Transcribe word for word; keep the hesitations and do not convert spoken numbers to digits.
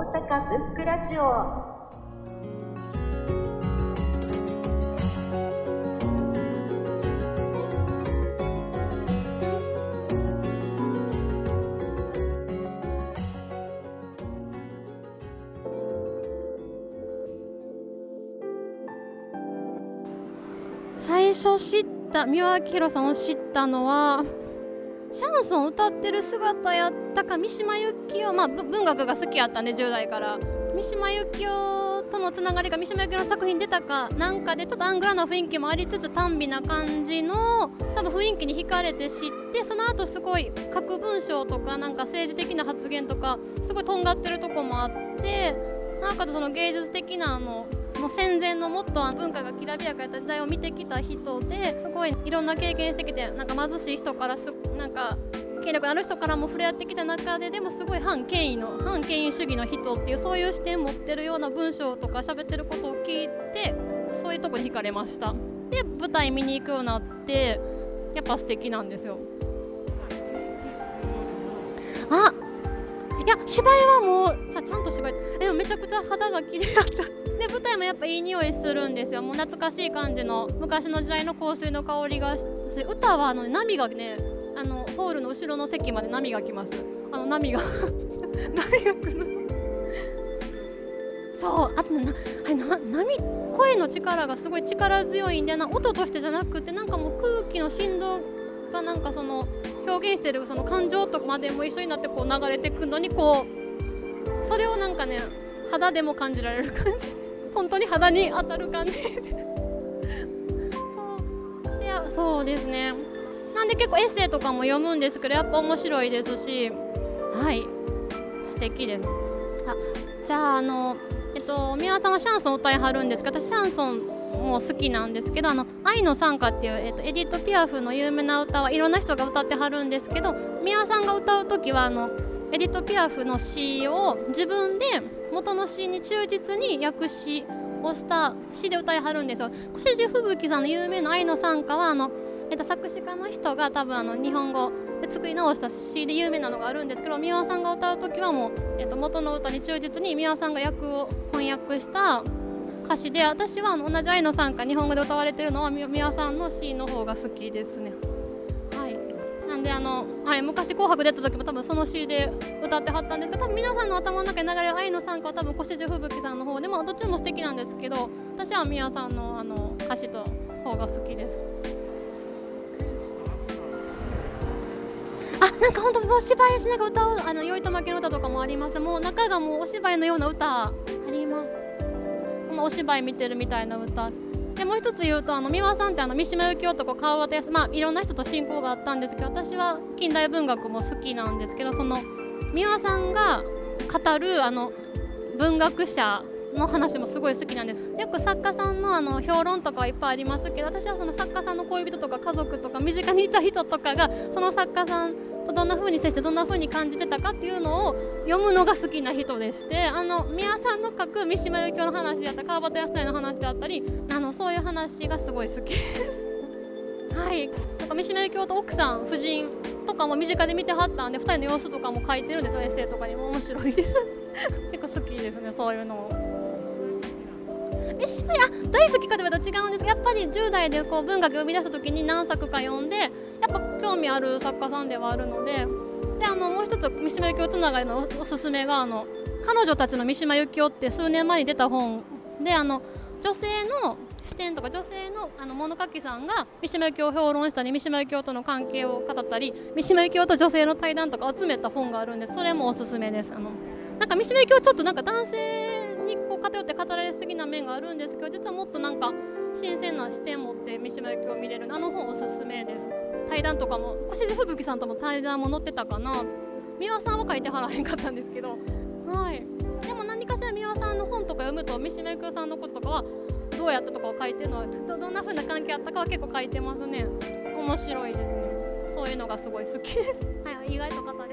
阪ブックラジオ。 最初知った三輪明宏さんを知ったのはシャンソンを歌ってる姿やったか、三島由紀夫、まあ文学が好きやったんでじゅう代から三島由紀夫とのつながりが三島由紀夫の作品出たかなんかでちょっとアングラな雰囲気もありつつ短美な感じの多分雰囲気に惹かれて知って、その後すごい書く文章とかなんか政治的な発言とかすごいとんがってるとこもあって、なおかつその芸術的なあのもう戦前のもっと文化がきらびやかやった時代を見てきた人ですごいいろんな経験してきて、なんか貧しい人からすなんか権力ある人からも触れ合ってきた中で、でもすごい反権威の反権威主義の人っていうそういう視点持ってるような文章とか喋ってることを聞いて、そういうとこに惹かれました。で舞台見に行くようになってやっぱ素敵なんですよ。あいや芝居はもうちゃ、ちゃんと芝居でもめちゃくちゃ肌が綺麗だったで舞台もやっぱいい匂いするんですよ。もう懐かしい感じの昔の時代の香水の香りがして、歌はあの波がね、あのホールの後ろの席まで波が来ます。あの波が波が来るそうあとなあれな波声の力がすごい力強いんでな、音としてじゃなくてなんかもう空気の振動がなんかその表現してるその感情とかまでも一緒になってこう流れてくのにこうそれをなんかね肌でも感じられる感じ本当に肌に当たる感じでそういやそうですね。なんで結構エッセイとかも読むんですけどやっぱ面白いですし、はい素敵です。あじゃああのえっと三輪さんはシャンソン歌いはるんですけど、私シャンソンも好きなんですけど、あの愛の賛歌っていう、えっと、エディット・ピアフの有名な歌はいろんな人が歌ってはるんですけど、三輪さんが歌うときはあのエディット・ピアフの詩を自分で元の詩に忠実に訳詞をした詩で歌いはるんですよ。越路吹雪さんの有名な愛の賛歌はあの、えっと、作詞家の人が多分あの日本語で作り直した詩で有名なのがあるんですけど、三輪さんが歌うときはもう、えっと、元の歌に忠実に三輪さんが訳を翻訳した歌詞で、私は同じ愛の賛歌日本語で歌われているのは三輪さんの詩の方が好きですね。はいなんであの、はい、昔紅白出た時も多分その詩で歌ってはったんですけど、多分皆さんの頭の中に流れる愛の賛歌は多分越路吹雪さんの方でもどっちも素敵なんですけど、私は三輪さんの、あの歌詞と方が好きです。あなんか本当もう芝居しながら歌うあの酔いと負けの歌とかもあります。もう中がもうお芝居のような歌あります。お芝居見てるみたいな歌で、もう一つ言うとあの三輪さんってあの三島由紀夫とか川端康、まあいろんな人と親交があったんですけど、私は近代文学も好きなんですけど、その三輪さんが語るあの文学者の話もすごい好きなんです。よく作家さんのあの評論とかはいっぱいありますけど、私はその作家さんの恋人とか家族とか身近にいた人とかがその作家さんとどんな風に接してどんな風に感じてたかっていうのを読むのが好きな人でして、あの三輪さんの書く三島由紀夫の話であったり川端康成の話であったり、あのそういう話がすごい好きですはいなんか三島由紀夫と奥さん夫人とかも身近で見てはったんでふたりの様子とかも書いてるんですよ。エッセイとかにも面白いです結構好きですねそういうのを。え芝居あ大好きかというと違うんです。やっぱりじゅう代でこう文学を生み出した時に何作か読んでやっぱ興味ある作家さんではあるので、であのもう一つ三島由紀夫つながりのおすすめがあの彼女たちの三島由紀夫って数年前に出た本で、あの女性の視点とか女性のあの物書きさんが三島由紀夫を評論したり三島由紀夫との関係を語ったり三島由紀夫と女性の対談とか集めた本があるんで、それもおすすめです。あのなんか三島由紀夫ちょっとなんか男性にこう偏って語られすぎな面があるんですけど、実はもっとなんか新鮮な視点を持って三島由紀夫を見れるあの本おすすめです。対談とかも越路吹雪さんとも対談も載ってたかな。三輪さんは書いてはらへんかったんですけど、はい、でも何かしら三輪さんの本とか読むと三島由紀夫さんのこととかはどうやったとかを書いてるのは ど, どんな風な関係あったかは結構書いてますね。面白いですね。そういうのがすごい好きです、はい、意外と語